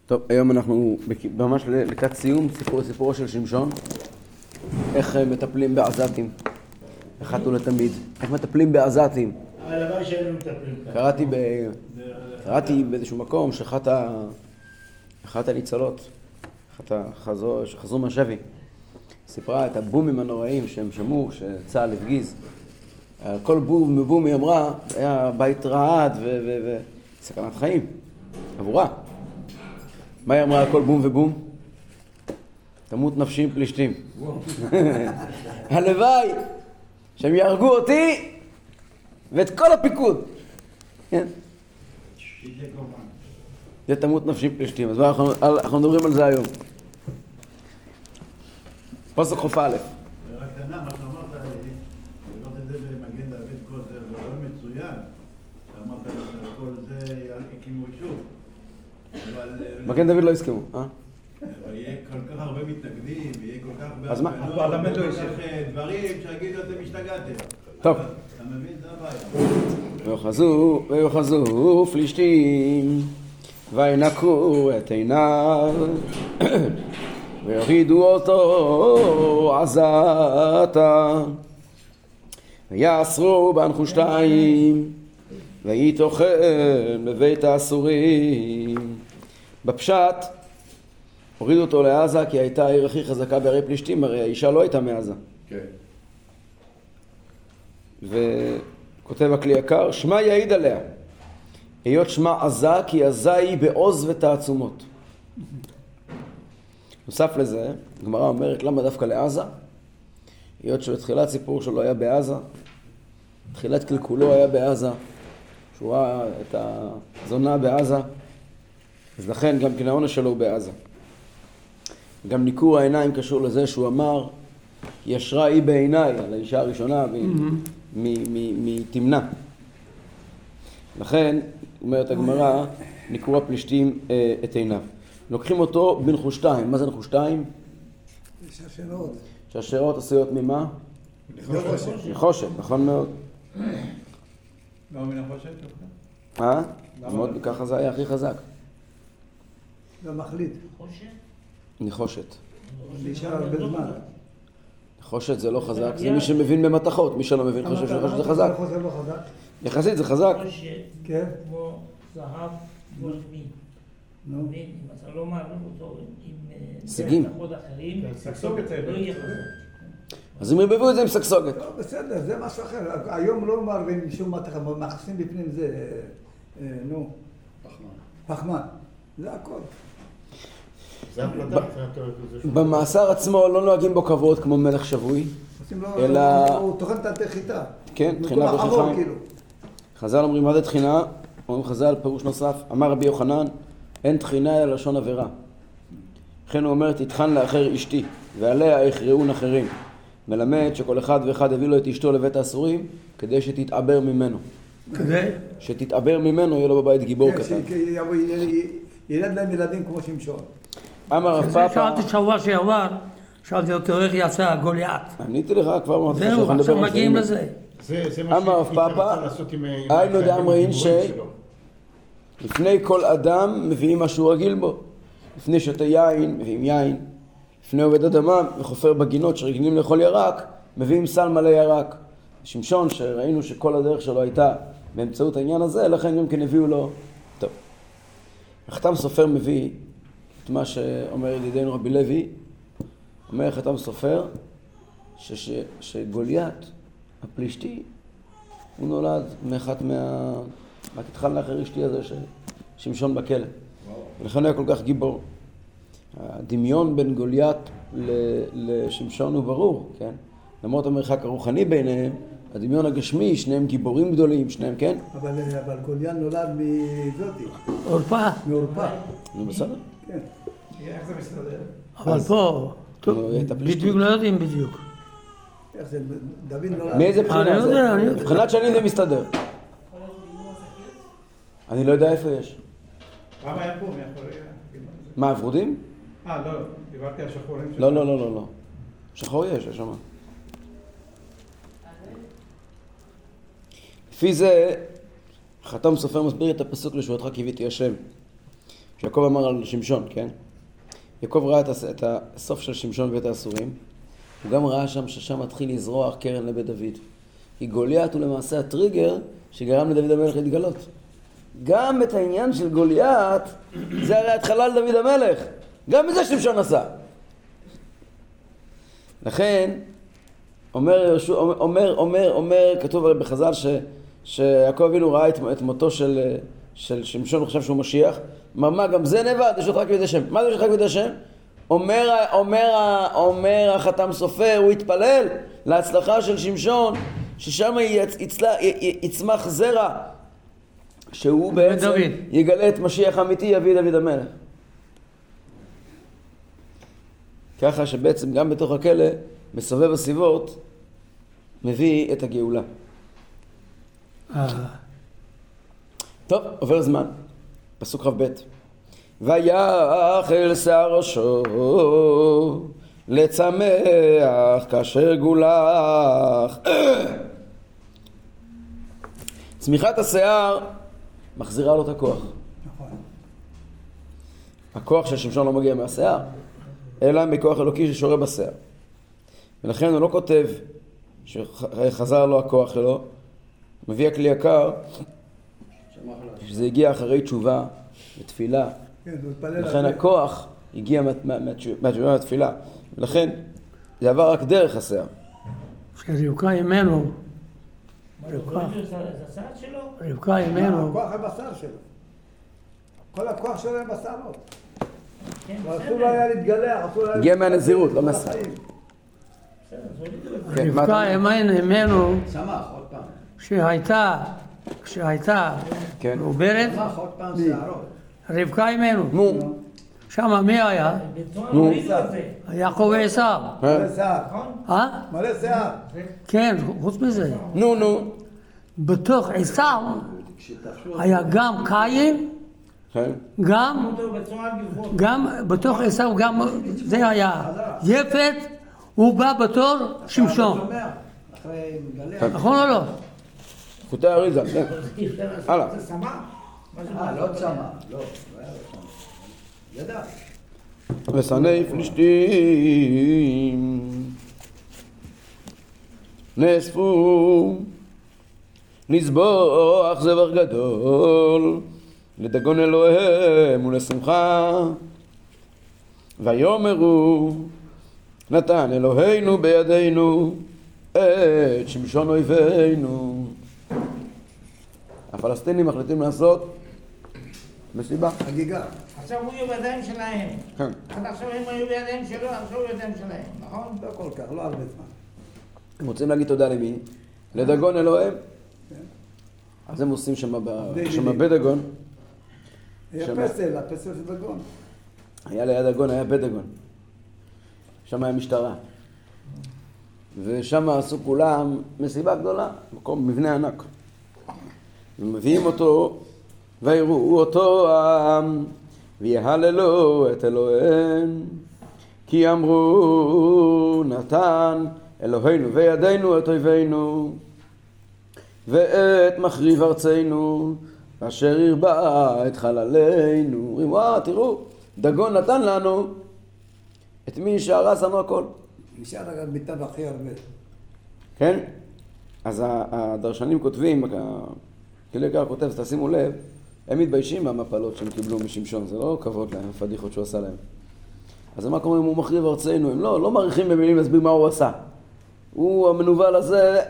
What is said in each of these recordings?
טוב, היום אנחנו ממש לקראת סיום סיפורו של שמשון. איך מטפלים בעזתים, אחת ולתמיד. איך מטפלים בעזתים. הלוואי שהיינו מטפלים. קראתי באיזשהו מקום שאחת הניצלות, שחזרו מהשבי, סיפרה את הבומים הנוראים שהם שמעו, שצה"ל הפגיז. כל בום היא אמרה, היה בית רעד וסכנת חיים, עבורה. מה היא אמרה על כל בום ובום? תמות נפשי עם פלישתים. הלוואי שהם יהרגו אותי ואת כל הפיקוד. כן? זה תמות נפשי עם פלישתים. אז אנחנו מדברים על זה היום. פסוק חוף א'. רק קטנה, מה שאמרת לי, לראות את זה במגן דוד כל זה, זה לא מצוין. אמרת שכל זה הקימו שוב. מגן דוד לא הסכימו, אבל יהיה כל כך הרבה מתנגדים, ויהיה כל כך הרבה... אז מה? הפרלמנט לא ישב. דברים שיגידו אתם השתגעתם. טוב. אתה מבין? זה הבעיה. ויוחזו פלישתים, וינקו את עיניו, ויורידו אותו עזתה, ויאסרו בנחושתיים, ויתאכל בבית האסורים. בפשט הורידו אותו לעזה כי הייתה העיר הכי חזקה בערי פלישתים, הרי האישה לא הייתה מעזה. כן. וכותב הכלי יקר, שמה יעיד עליה, היות שמה עזה כי עזה היא בעוז ותעצומות. נוסף לזה, הגמרא אומרת למה דווקא לעזה? היות שבתחילת סיפור שלו היה בעזה, תחילת קלקולו היה בעזה, שהוא ראה את הזונה בעזה, אז לכן גם כן העונש שלו הוא בעזה. גם ניכור העיניים קשור לזה שהוא אמר, ישרה היא בעיניי, על האישה הראשונה, מתמנע. לכן, אומרת הגמרא, ניכור הפלישתים את עיניו. לוקחים אותו בנחושתיים. מה זה נחושתיים? שרשרות. שרשרות עשויות ממה? נחושת, נכון מאוד. לא מנחושת? מאוד, ככה זה היה הכי חזק. זה מחליט. נחושת. נשאר הרבה זמן. נחושת זה לא חזק, זה מי שמבין במתכות, מי שלא מבין חושב שנחושת זה חזק. נחושת לא חזק. יחסית זה חזק. כן. כמו זהב גולמי. נו. אם אתה לא מערב אותו עם הישגים. מתכות אחרים, סגסוגת זה לא יהיה חזק. אז הם ירבבו את זה עם סגסוגת. לא, בסדר, זה משהו אחר. היום לא מערבים משום מתכת, מכניסים בפנים זה, נו. פחמן. זה הכל. זה הפלטה. במאסר עצמו לא נוהגים בו כבוד כמו מלך שבוי, אלא... הוא טוחן את החיטה. כן, תחינה בחרור, בחיכיים. חז"ל אומרים מה זה תחינה? אומרים חז"ל פירוש נוסף, אמר רבי יוחנן, אין תחינה אלא לשון עבירה. לכן הוא אומר, תטחן לאחר אשתי, ועליה יכרעון אחרים. מלמד שכל אחד ואחד הביא לו את אשתו לבית האסורים, כדי שתתעבר ממנו. כדי? שתתעבר ממנו, יהיה לו בבית גיבור קטן. ילד להם ילדים כמו שמשון. אמר רב פאפא... שאלתי שבוע שעבר, שאלתי אותו איך יצא גוליית. עניתי לך, כבר אמרתי לך זהו, שאנחנו נדבר עכשיו על מגיעים זה. לזה. זה מה אמר רב פאפא, היינו דאמרין לפני כל אדם מביאים משהו רגיל בו. לפני שותה יין, מביאים יין. לפני עובד אדמה וחופר בגינות שרגילים לאכול ירק, מביאים סל מלא ירק. שמשון שראינו שכל הדרך שלו הייתה באמצעות העניין הזה, לכן גם כן הביאו לו. טוב. החתם סופר מביא את מה שאומר ידידנו רבי לוי, אומר חתם סופר שגוליית הפלישתי הוא נולד מאחת מהתתחל לאחר אשתי הזה שמשון בכלא. ולכן היה כל כך גיבור. הדמיון בין גוליית לשמשון הוא ברור, כן? למרות המרחק הרוחני ביניהם, הדמיון הגשמי, שניהם גיבורים גדולים, שניהם, כן? אבל גוליית נולד מזאתי. עורפה. מעורפה. נו בסדר. כן. איך זה מסתדר? אבל פה, בדיוק לא יודעים בדיוק. איך זה? דוד נולד. מאיזה בחינה אני זה? יודע, אני יודע. מבחינת שנים זה מסתדר. אני לא יודע איפה יש. פעם היה פה, מאחורי... מה, הפרודים? לא, דיברתי על שחורים. לא. שחור יש שם. לפי זה, חתם סופר מסביר את הפסוק לשבועתך קיוויתי השם. שיעקב אמר על שמשון, כן? יעקב ראה את הסוף של שמשון ואת האסורים, הוא גם ראה שם ששם מתחיל לזרוח קרן לבית דוד. כי גוליית הוא למעשה הטריגר שגרם לדוד המלך להתגלות. גם את העניין של גוליית, זה הרי התחלה לדוד המלך. גם מזה שמשון עשה. לכן, כתוב הרי בחז"ל שיעקב אבינו ראה את מותו של שמשון, הוא חשב שהוא משיח. מה, גם זה נבד? יש עוד רק בידי שם. מה זה יש עוד רק בידי שם? אומר החתם סופר, הוא התפלל להצלחה של שמשון, ששם יצמח זרע, שהוא בעצם יגלה את משיח אמיתי, יביא דוד המלך. ככה שבעצם גם בתוך הכלא, מסובב הסיבות, מביא את הגאולה. טוב, עובר זמן. פסוק רב ב' ויחל שיער ראשו לצמח כאשר גולח. צמיחת השיער מחזירה לו את הכוח. הכוח של שמשון לא מגיע מהשיער, אלא מכוח אלוקי ששורה בשיער. ולכן הוא לא כותב שחזר לו הכוח שלו, מביא הכלי יקר שזה הגיע אחרי תשובה ותפילה. לכן הכוח הגיע מהתשובה והתפילה. ולכן זה עבר רק דרך השיער. שרבקה אימנו. רבקה אימנו. הכוח הבשר שלו. כל הכוח שלו הם בשרות. ואסור היה להתגלח. הגיע מהנזירות, לא מהשיער. רבקה אימנו. כשהייתה מעוברת, רבקה אימנו. שמה מי היה? יעקב ועשיו. מלא שיער. כן, חוץ מזה. נו. בתוך עשיו היה גם קין, גם בתוך עשיו, גם זה היה יפת, הוא בא בתור שמשון. נכון או לא? חוטי אריזה, כן. הלאה. לא צמא, לא. ידע. ושני פלישתים נאספו לזבוח זבח גדול לדגון אלוהיהם ולשמחה, ויאמרו נתן אלוהינו בידינו את שמשון אויבינו. הפלסטינים מחליטים לעשות מסיבה. חגיגה. עכשיו הוא יהיו בידיים שלהם. כן. עד עכשיו הם היו בידיים שלו, עכשיו הוא בידיים שלהם, נכון? לא כל כך, לא הרבה זמן. הם רוצים להגיד תודה למי? לדגון אלוהים. אז הם עושים שם בדגון. היה פסל, הפסל של דגון. היה ליד דגון, היה בדגון. שם היה משטרה. ושם עשו כולם מסיבה גדולה, מקום מבנה ענק. ומביאים אותו, ויראו אותו העם, ויהללו את אלוהיהם, כי אמרו נתן אלוהינו בידינו את אויבינו, ואת מחריב ארצנו, אשר ירבה את חללינו. אומרים, וואו, תראו, דגון נתן לנו את מי שהרס לנו הכל. נשאר גם ביטב הכי הרבה. כן? אז הדרשנים כותבים, קליקר כותב, תשימו לב, הם מתביישים מהמפלות שהם קיבלו משמשון, זה לא כבוד להם, הפדיחות שהוא עשה להם. אז מה קוראים, הוא מחריב ארצנו, הם לא מעריכים במילים להסביר מה הוא עשה. הוא המנוול הזה,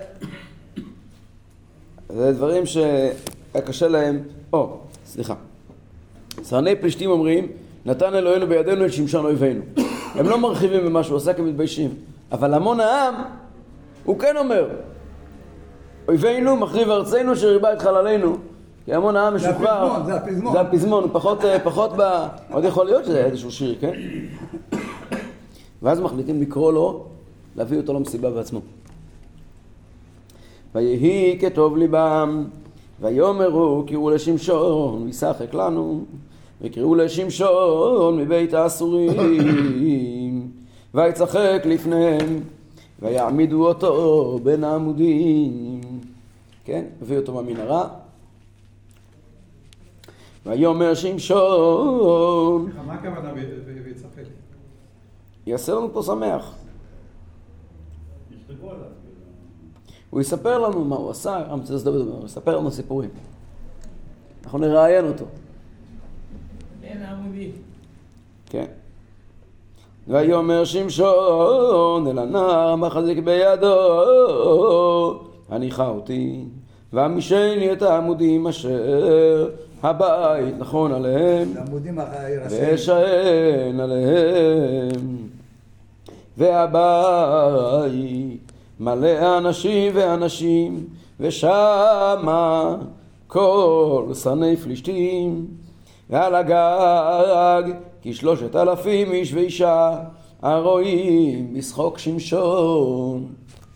זה דברים שהיה קשה להם. שרני פלישתים אומרים, נתן אלוהינו בידינו את שמשון אויבינו. הם לא מרחיבים במה שהוא עשה, כי הם מתביישים. אבל המון העם, הוא כן אומר, אויבינו מחריב ארצנו שריבה את חללינו. כי המון העם משוחרר. זה הפזמון. הוא פחות עוד יכול להיות שזה איזשהו שיר, כן? ואז מחליטים לקרוא לו, להביא אותו למסיבה בעצמו. ויהי כטוב ליבם, ויאמרו קראו לשמשון וישחק לנו, וקראו לשמשון מבית האסורים, ויצחק לפניהם, ויעמידו אותו בין העמודים. כן? הביא אותו מהמנהרה, ויאמר שמשון. מה הכוונה ויצפה לי? יעשה לנו פה שמח. ישתגעו עליו. הוא יספר לנו מה הוא עשה, הוא יספר לנו סיפורים. אנחנו נראיין אותו. בין העמודים. כן. ויאמר שמשון אל הנער המחזיק בידו, הניחה אותי והמישני את העמודים אשר הבית נכון עליהם ואשען עליהם, והבית מלא אנשים ואנשים ושמה כל שני פלישתים, ועל הגג כ3,000 איש ואישה הרואים בשחוק שמשון.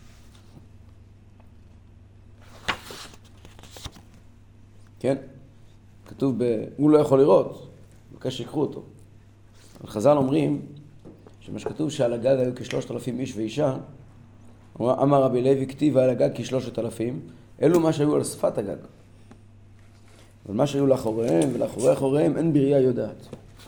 כן, כתוב הוא לא יכול לראות, בקש שיקחו אותו. חז"ל אומרים שמה שכתוב שעל הגג היו כ3,000 איש ואישה, אמר רבי לוי כתיב על הגג כ3,000, אלו מה שהיו על שפת הגג. אבל מה שהיו לאחוריהם ולאחורי אחוריהם אין בריאה יודעת.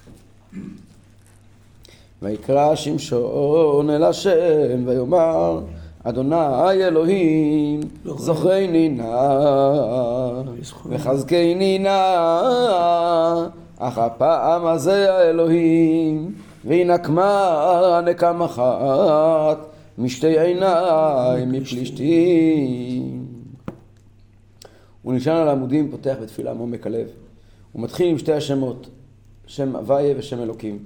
ויקרא שמשון אל השם ויאמר אדוני אלוהים זוכרני נא וחזקני נא, אך הפעם הזה האלוהים וינקמה נקם אחת משתי עיניים מפלישתים. הוא נשען על העמודים, פותח בתפילה מעומק הלב. הוא מתחיל עם שתי השמות, שם הוויה ושם אלוקים.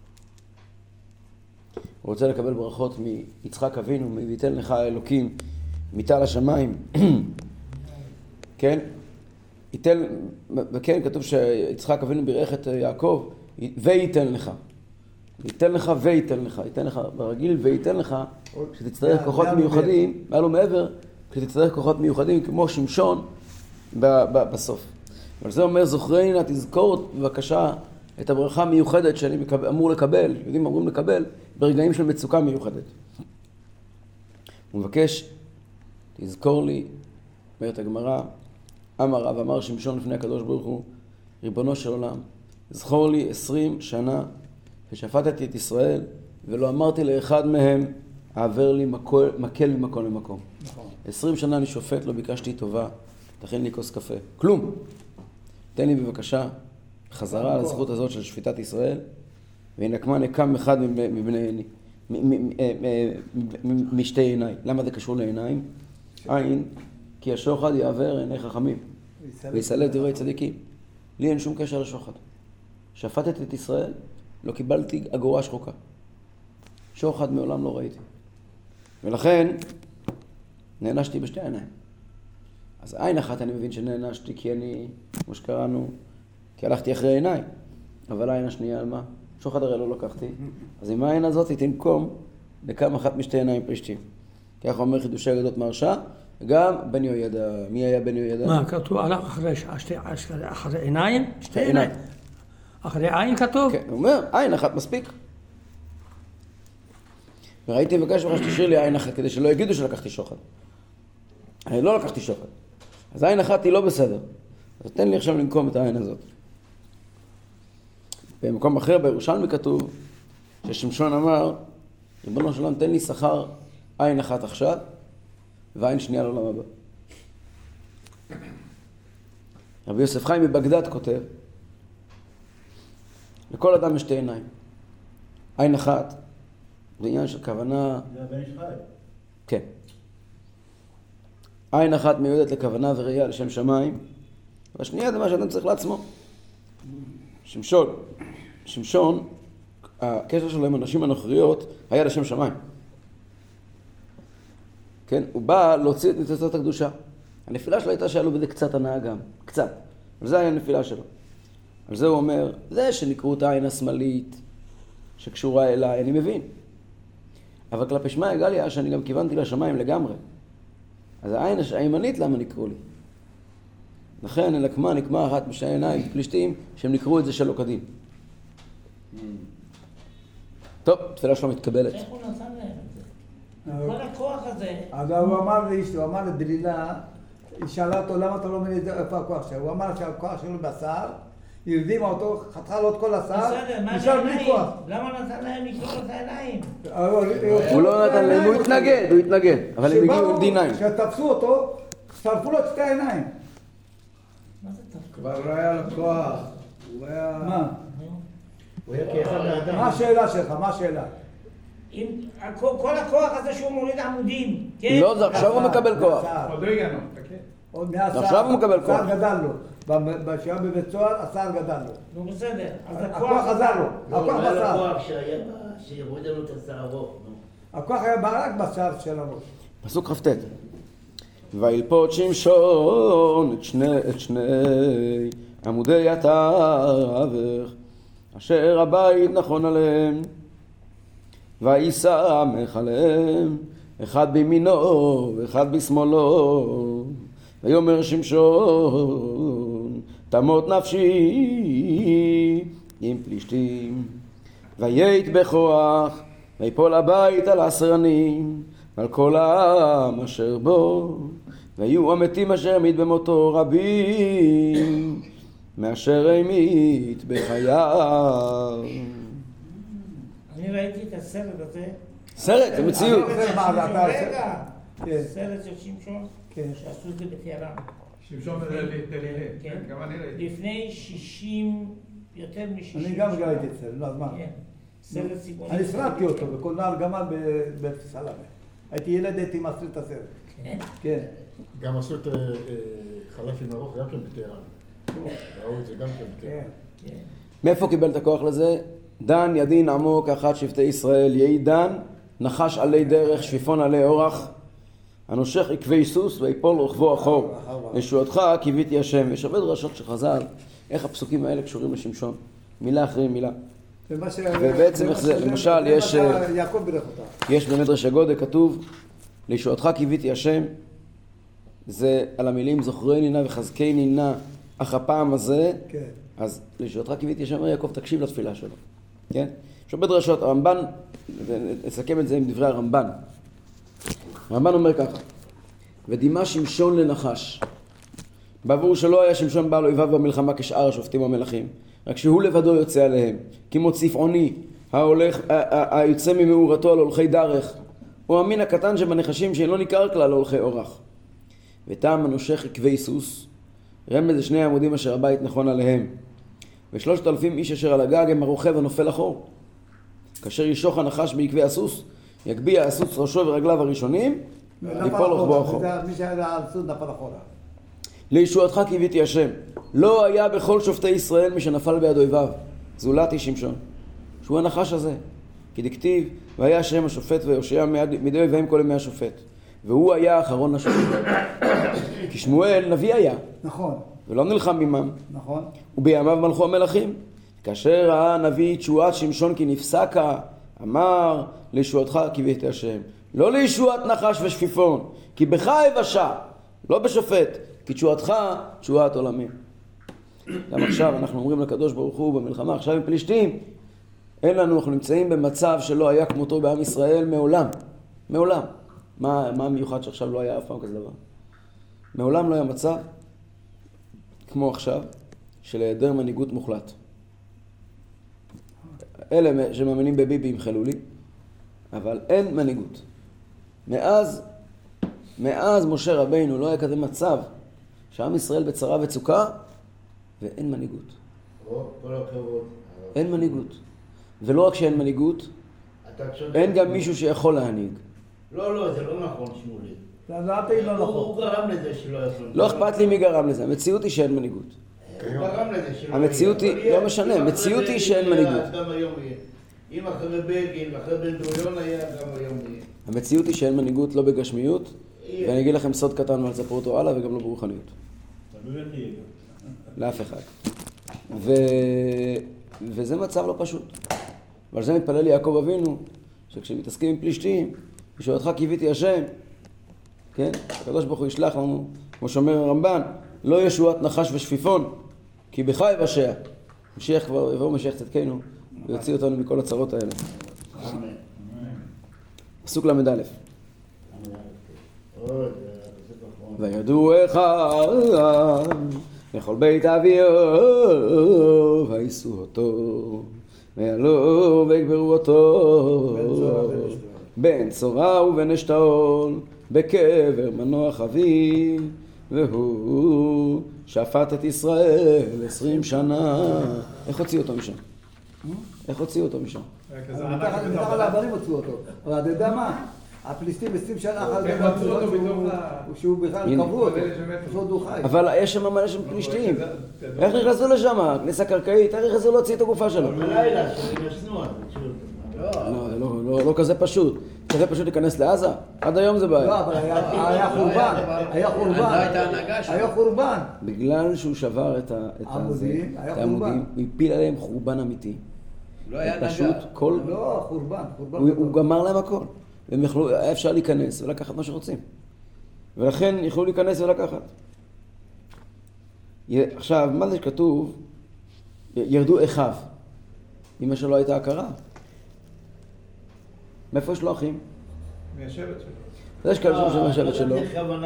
הוא רוצה לקבל ברכות מיצחק אבינו, ויתן לך אלוקים מיטה לשמיים. כן? ייתן, וכן, כתוב שיצחק אבינו בירך את יעקב, וייתן לך. ייתן לך וייתן לך. ייתן לך ברגיל וייתן לך, שתצטרך כוחות מיוחדים, מעל ומעבר, שתצטרך כוחות מיוחדים כמו שמשון בסוף. אבל זה אומר זוכרני נא, תזכור בבקשה את הברכה המיוחדת שאני אמור לקבל, יודעים אמורים לקבל ברגעים של מצוקה מיוחדת. הוא מבקש, תזכור לי, אומרת הגמרא, אמר רב, אמר שמשון לפני הקדוש ברוך הוא, ריבונו של עולם, זכור לי 20 שנה ששפטתי את ישראל ולא אמרתי לאחד מהם העבר לי מקל ממקום למקום. 20 שנה אני שופט, לא ביקשתי טובה, תכין לי כוס קפה, כלום. תן לי בבקשה חזרה על הזכות הזאת של שפיטת ישראל, וינקמה נקם אחד משתי עיניי. למה זה קשור לעיניים? עין, כי השוחד יעבר עיני חכמים ויסלב דברי צדיקים. לי אין שום קשר לשוחד. שפטתי את ישראל, לא קיבלתי אגורה שחוקה. שוחד מעולם לא ראיתי. ולכן נענשתי בשתי עיניים. אז עין אחת אני מבין שנענשתי כי אני, כמו שקראנו, כי הלכתי אחרי עיניי. אבל העין השנייה על מה? שוחד הרי לא לקחתי. אז עם העין הזאת תנקום לקם אחת משתי עיניים פלישתים. כך אומר חידושי אגדות מהרש"א, וגם בן יהוידע. מי היה בן יהוידע? מה כתוב? הלך אחרי עיניים? שתי עיניים. אחרי עין כתוב? כן, הוא אומר, עין אחת מספיק. וראיתי מבקש ממך שתשאיר לי עין אחת, כדי שלא יגידו שלקחתי שוחד. אני לא לקחתי שוחד. אז עין אחת היא לא בסדר. אז תן לי עכשיו לנקום את העין הזאת. במקום אחר בירושלמי כתוב, ששמשון אמר, ריבונו של עולם, תן לי שכר עין אחת עכשיו, ועין שנייה לעולם הבא. רבי יוסף חיים מבגדד כותב, לכל אדם יש שתי עיניים. עין אחת, זה עניין של כוונה... זה הבן איש חי. כן. עין אחת מיועדת לכוונה וראייה לשם שמיים, והשנייה זה מה שאדם צריך לעצמו. שמשון, הקשר שלו עם הנשים הנוכריות היה לשם שמיים. כן? הוא בא להוציא את ניצוצות הקדושה. הנפילה שלו הייתה שהיה לו בזה קצת הנאה גם. קצת. וזה היה הנפילה שלו. על זה הוא אומר, זה שנקראו את העין השמאלית שקשורה אליי, אני מבין. אבל כלפי שמע הגליה שאני גם כיוונתי לשמיים לגמרי. אז העין הימנית למה נקראו לי? לכן נקמה אחת משתי עיניים פלישתים שהם נקראו את זה שלא כדין. טוב, תפילה שלו מתקבלת. איך הוא נתן להם את זה? כל הכוח הזה. אז הוא אמר לאשתו, הוא אמר לדלילה, היא שאלה אותו למה אתה לא מבין איפה הכוח שלו. הוא אמר שהכוח שלו בשר, הרדימה אותו, חתכה לו את כל השיער, בסדר, מה זה נשאר בלי העיניים? כוח. למה נתן להם לקרוא את העיניים? הוא לא נתן להם, הוא התנגד, אבל הם הגיעו עם D9. כשתפסו אותו, שרפו לו את שתי העיניים. מה זה תפקוד? כבר לא היה לו כוח. הוא היה... מה? הוא היה כאחד האדם. מה השאלה שלך? מה השאלה? כל הכוח הזה שהוא מוריד עמודים, כן? לא, זה עכשיו הוא מקבל כוח. עוד לא הגענו, חכה. עוד מהשיער. עכשיו הוא מקבל כוח. השיער גדל לו. כשהיה בבית סוהר, השיער גדל לו. נו בסדר. אז הכוח חזר לו. הכוח לא, בשיער. הכוח שהוריד לנו את השיער ארוך. הכוח היה רק בשיער של הראש. פסוק כ"ט. וילפות שמשון את שני עמודי התווך אשר הבית נכון עליהם ויסמך עליהם אחד בימינו ואחד בשמאלו ויאמר שמשון תמות נפשי עם פלישתים וייט בכוח ויפול הבית על עשרנים ועל כל העם אשר בו ויהיו המתים אשר המית במותו רבים מאשר המית בחייו. אני ראיתי את הסרט הזה. סרט, זה מציאות. רגע, כן. סרט של שמשון, כן. שעשו את זה בטהרן. שמשון דלילה. כן. גם אני ראיתי. לפני 60, יותר מ-60. אני גם ראיתי את זה, לא, אז מה? כן. סרט סיבוני. אני סרטתי אותו בקולנוע ארגמן בסלאמה. הייתי ילד, הייתי מסריט את הסרט. כן. כן. גם עשו את חלף עם ארוך גם כן בטהרן. ראו את זה גם כן בטהרן. כן. כן. מאיפה קיבל את הכוח לזה? דן ידין עמו כאחד שבטי ישראל יהי דן נחש עלי דרך שפיפון עלי אורח הנושך עקבי סוס ויפול רוכבו אחור ישועתך קיוויתי השם. יש הרבה דרשות של חז"ל איך הפסוקים האלה קשורים לשמשון מילה אחרי מילה. ובעצם איך זה, למשל יעקב בירך אותה. יש במדרש הגודל כתוב לישועתך קיוויתי השם, זה על המילים זוכרני נא וחזקני נא אך הפעם הזה, כן. אז לישועתך קיוויתי השם אומר יעקב תקשיב לתפילה שלו, כן? יש הרבה דרשות, הרמב"ן, נסכם את זה עם דברי הרמב"ן. הרמב"ן אומר ככה, ודימה שמשון לנחש, בעבור שלא היה שמשון בעל אויביו במלחמה כשאר השופטים המלכים, רק שהוא לבדו יוצא עליהם, כמו צפעוני היוצא ממאורתו על הולכי דרך, הוא המין הקטן שבנחשים שאינו ניכר כלל הולכי אורח. וטעם הנושך עקבי סוס, רמז לשני העמודים אשר הבית נכון עליהם. 3,000 איש אשר על הגג הם הרוכב הנופל אחור. כאשר ישוך הנחש בעקבי הסוס, יגביע הסוס ראשו ורגליו הראשונים, ויפול רוחבו אחור. מי שהיה על סוס נפל אחורה. לישועתך קיוויתי השם. לא היה בכל שופטי ישראל מי שנפל ביד אויביו, זולתי שמשון, שהוא הנחש הזה. כי דכתיב, והיה השם השופט ויושע מידי אויביהם כל ימי השופט. והוא היה האחרון השופט. כי שמואל נביא היה. נכון. ולא נלחם עמם. נכון. ובימיו מלכו המלכים. כאשר ראה הנביא תשועת שמשון כי נפסקה, אמר לישועתך קיוויתי השם. לא לישועת נחש ושפיפון, כי בך אבשע, לא בשופט, כי תשועתך תשועת עולמים. גם עכשיו אנחנו אומרים לקדוש ברוך הוא במלחמה, עכשיו עם פלישתים, אין לנו, אנחנו נמצאים במצב שלא היה כמותו בעם ישראל מעולם. מעולם. מה המיוחד שעכשיו לא היה אף פעם כזה דבר? מעולם לא היה מצב כמו עכשיו של היעדר מנהיגות מוחלט. אלה שמאמינים בביבי ימחלו לי, אבל אין מנהיגות. מאז משה רבינו לא היה כזה מצב שעם ישראל בצרה וצוקה ואין מנהיגות. כל הכבוד. אין מנהיגות. ולא רק שאין מנהיגות, אין גם מישהו שיכול להנהיג. לא, זה לא נכון שמולי. זה לא נכון. הוא גרם לזה שלא יכול. לא אכפת לי מי גרם לזה, המציאות היא שאין מנהיגות. הוא גרם לזה שלא. המציאות היא, לא משנה, המציאות היא שאין מנהיגות. גם היום יהיה. אם אחרי בגין ואחרי בן גוריון היה, גם היום יהיה. המציאות היא שאין מנהיגות לא בגשמיות, ואני אגיד לכם סוד קטן ואל תספרו אותו הלאה וגם לא ברוחניות. לאף אחד. וזה מצב לא פשוט. ועל זה מתפלל יעקב אבינו, שכשמתעסקים עם פלישתים, ישועתך קיוויתי השם, כן? הקדוש ברוך הוא ישלח לנו, כמו שאומר הרמב"ן, לא ישועת נחש ושפיפון, כי בך יבשע. משיח כבר, יבוא משיח צדקנו, ויוציא אותנו מכל הצרות האלה. פסוק למד א'. וידעו אחד וכל בית אביו ויסו אותו ויעלו ויקברו אותו בן צורה ובן אשתאול בקבר מנוח אביו והוא שפט את ישראל 20 שנה. איך הוציאו אותו משם? איך הוציאו אותו משם? מתחת לעברים הוציאו אותו. אבל אתה יודע מה? הפליסטים 20 שנה אחרי הם מצאו אותו בתוך שהוא בכלל קברו אותו. פשוט הוא חי. אבל יש שם מלא שם פלישתים. איך נכנסו לשם? כניסה קרקעית, איך נכנסו להוציא את הגופה שלו? בלילה, שהם ישנו, לא כזה פשוט. כזה פשוט להיכנס לעזה? עד היום זה בעיה. לא, אבל היה חורבן. היה חורבן. היה חורבן. בגלל שהוא שבר את העמודים, הוא הפיל עליהם חורבן אמיתי. לא היה נגע. פשוט כל... לא, חורבן. הוא גמר להם הכל. היה אפשר להיכנס ולקחת מה שרוצים. ולכן יכלו להיכנס ולקחת. עכשיו, מה זה שכתוב? ירדו אחיו. אמא שלו הייתה הכרה. מאיפה יש לו אחים? מהשבט שלו. יש כאלה שאומרים מהשבט שלו.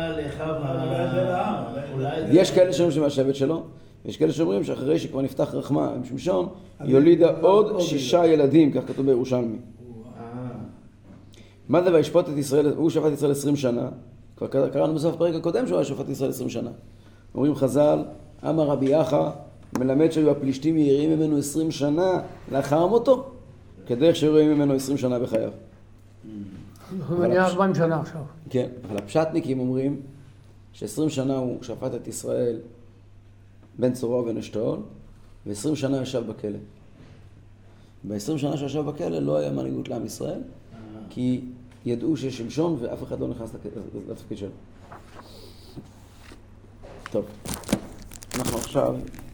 יש כאלה שאומרים שמהשבט שלו. יש כאלה שאומרים שאחרי שכבר נפתח רחמה עם שמשון, היא הולידה עוד 6 ילדים, כך כתוב בירושלמי. מה זה וישפוט את ישראל? הוא שפט את ישראל 20 שנה. כבר קראנו בסוף הפרק הקודם שהוא היה שפט את ישראל 20 שנה. אומרים חז"ל, אמר רבי יחא, מלמד שהיו הפלישתים יראים ממנו 20 שנה לאחר מותו, כדרך שהיו יראים ממנו 20 שנה בחייו. הוא נהיה 40 שנה עכשיו. כן, אבל הפשטניקים אומרים ש20 שנה הוא שפט את ישראל בן צורה ובן אשתאול, ו20 שנה ישב בכלא. ב20 שנה שישב בכלא לא היה מנהיגות לעם ישראל, כי ידעו שיש שמשון ואף אחד לא נכנס לתפקיד שלו. טוב, אנחנו עכשיו